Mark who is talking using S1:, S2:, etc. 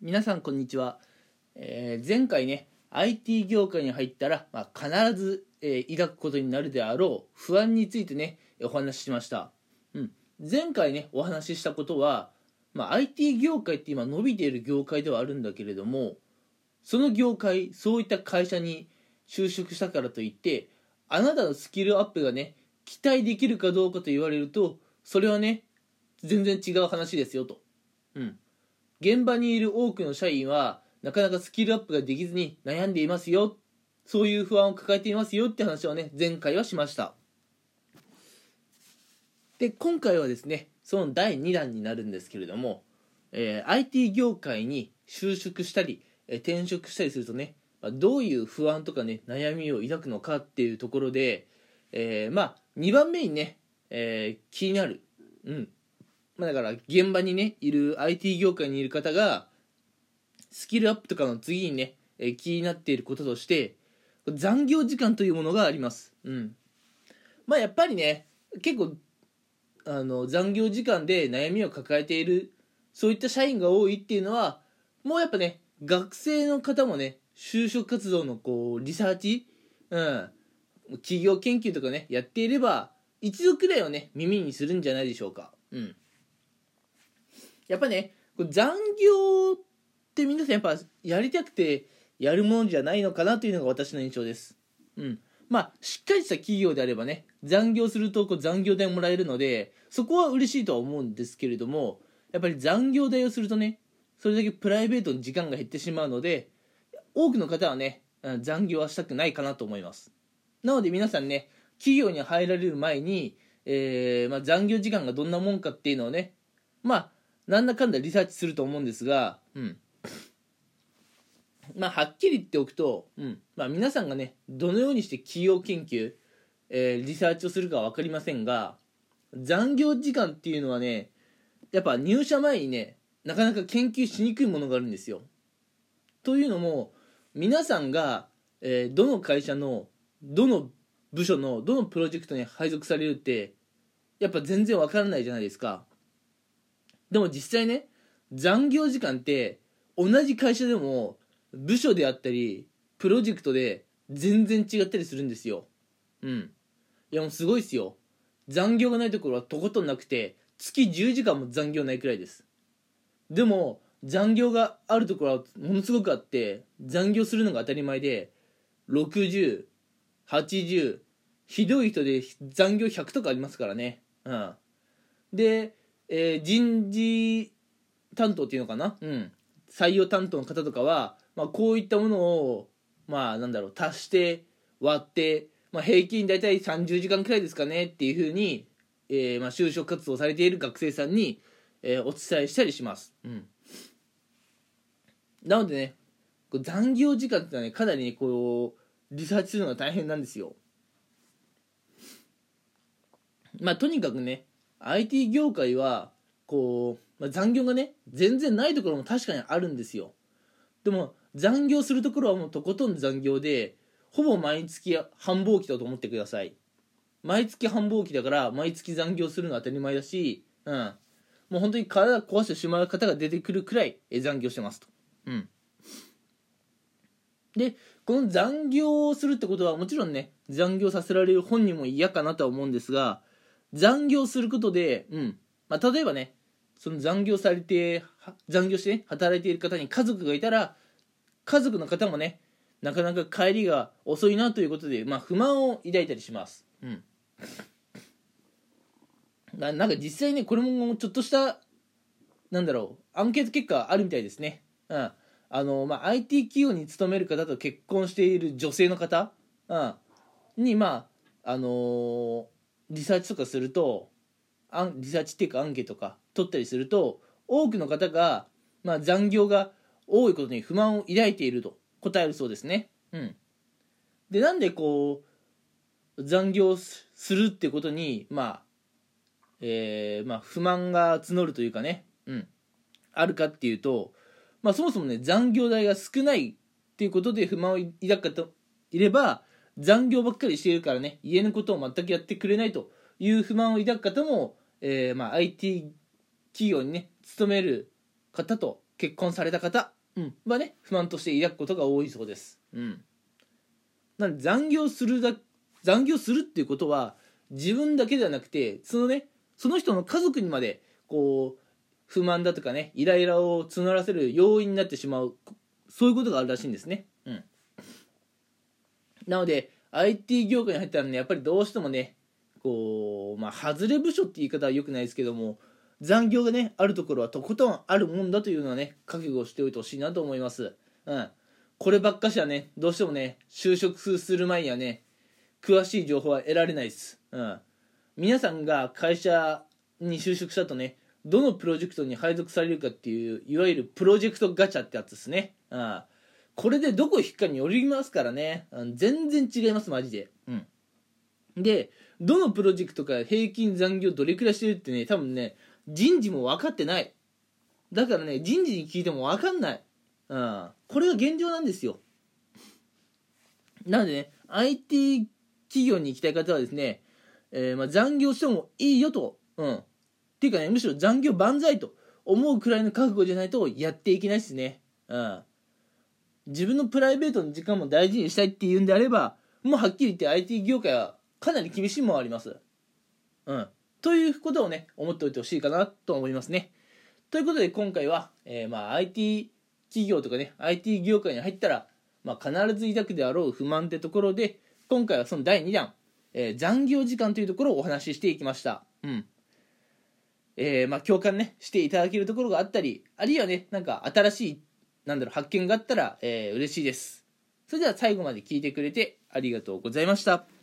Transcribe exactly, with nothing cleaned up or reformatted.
S1: 皆さんこんにちは、えー前回ね アイティー 業界に入ったら、まあ、必ず、えー抱くことになるであろう不安についてねお話ししました、うん、前回ねお話ししたことは、まあ、アイティー 業界って今伸びている業界ではあるんだけれども、その業界そういった会社に就職したからといってあなたのスキルアップがね期待できるかどうかと言われると、それはね全然違う話ですよと、うん現場にいる多くの社員はなかなかスキルアップができずに悩んでいますよ、そういう不安を抱えていますよって話をね前回はしました。で今回はですねそのだいにだんになるんですけれども、えー、アイティー 業界に就職したり、えー、転職したりするとね、まあ、どういう不安とかね悩みを抱くのかっていうところで、えー、まあにばんめにね、えー、気になる、うんまあ、だから現場にねいる アイティー 業界にいる方がスキルアップとかの次にね、えー気になっていることとして残業時間というものがあります。うんまあやっぱりね結構あの残業時間で悩みを抱えているそういった社員が多いっていうのは、もうやっぱね学生の方もね就職活動のこうリサーチ、うん、企業研究とかねやっていれば一度くらいはね耳にするんじゃないでしょうか。うんやっぱね残業って皆さんやっぱやりたくてやるもんじゃないのかなというのが私の印象です。うんまあしっかりした企業であればね残業するとこう残業代もらえるのでそこは嬉しいとは思うんですけれども、やっぱり残業代をするとねそれだけプライベートの時間が減ってしまうので、多くの方はね残業はしたくないかなと思います。なので皆さんね企業に入られる前に、えーまあ、残業時間がどんなもんかっていうのをねまあなんだかんだリサーチすると思うんですが、うんまあ、はっきり言っておくと、うんまあ、皆さんがねどのようにして企業研究、えーリサーチをするかは分かりませんが、残業時間っていうのはねやっぱ入社前にねなかなか研究しにくいものがあるんですよ。というのも皆さんが、えーどの会社のどの部署のどのプロジェクトに配属されるってやっぱ全然分からないじゃないですか。でも実際ね残業時間って同じ会社でも部署であったりプロジェクトで全然違ったりするんですよ。うんいやもうすごいっすよ。残業がないところはとことんなくて月じゅうじかんも残業ないくらいです。でも残業があるところはものすごくあって、残業するのが当たり前でろくじゅう、はちじゅう、ひどい人で残業ひゃくとかありますからね。うんで、えー人事担当っていうのかな、うん、採用担当の方とかは、まあ、こういったものをまあなんだろう足して割って、まあ、平均大体さんじゅうじかんくらいですかねっていうふうに、えーまあ、就職活動されている学生さんに、えーお伝えしたりします。うんなのでねこう残業時間ってのはねかなりねこうリサーチするのが大変なんですよ。まあとにかくね アイティー 業界はこう、まあ、残業がね全然ないところも確かにあるんですよ。でも残業するところはもうとことん残業で、ほぼ毎月繁忙期だと思ってください。毎月繁忙期だから毎月残業するのは当たり前だし、うんもう本当に体壊してしまう方が出てくるくらい残業してますと。うんでこの残業をするってことはもちろんね残業させられる本人も嫌かなとは思うんですが、残業することで、うんまあ、例えばねその残業されて残業して、ね、働いている方に家族がいたら家族の方もねなかなか帰りが遅いなということで、まあ、不満を抱いたりします。うんななんか実際ねこれもちょっとしたなんだろうアンケート結果あるみたいですね。うんあのまあ、アイティー 企業に勤める方と結婚している女性の方、うん、にまああのーリサーチとかするとアンリサーチっていうかアンケートとか取ったりすると多くの方が、まあ、残業が多いことに不満を抱いていると答えるそうですね。うん、でなんでこう残業するってことにまあ、えーまあ、不満が募るというかね、うん、あるかっていうと、まあ、そもそもね残業代が少ないっていうことで不満を抱く方いれば、残業ばっかりしているからね家のことを全くやってくれないという不満を抱く方も、えーまあ、アイティー 企業にね勤める方と結婚された方、うん、はね不満として抱くことが多いそうです。うん、なんで残業するだ残業するっていうことは自分だけではなくてそのねその人の家族にまでこう不満だとかねイライラを募らせる要因になってしまう、そういうことがあるらしいんですね。うん、なので アイティー 業界に入ったらねやっぱりどうしてもねこうまあ外れ部署って言い方は良くないですけども、残業がねあるところはとことんあるもんだというのはね覚悟しておいてほしいなと思います。うん、こればっかしはねどうしてもね就職する前にはね詳しい情報は得られないです。うん、皆さんが会社に就職したとねどのプロジェクトに配属されるかっていういわゆるプロジェクトガチャってやつですね。うん、これでどこ引くかによりますからね、うん、全然違いますマジで。うん、でどのプロジェクトか平均残業どれくらいしてるってね多分ね人事も分かってない。だからね人事に聞いても分かんない。うん、これが現状なんですよ。なのでね アイティー 企業に行きたい方はですね、えーまあ、残業してもいいよと、うん、っていうかねむしろ残業万歳と思うくらいの覚悟じゃないとやっていけないですね。うん、自分のプライベートの時間も大事にしたいっていうんであればもうはっきり言って アイティー 業界はかなり厳しいものあります。うん、ということをね思っておいてほしいかなと思いますね。ということで今回は、えーまあ、アイティー 企業とかね アイティー 業界に入ったら、まあ、必ず抱くであろう不満ってところで今回はそのだいにだん、えー、残業時間というところをお話ししていきました。うんえーまあ、共感ねしていただけるところがあったりあるいはねなんか新しいなんだろう発見があったら、えー、嬉しいです。それでは最後まで聞いてくれてありがとうございました。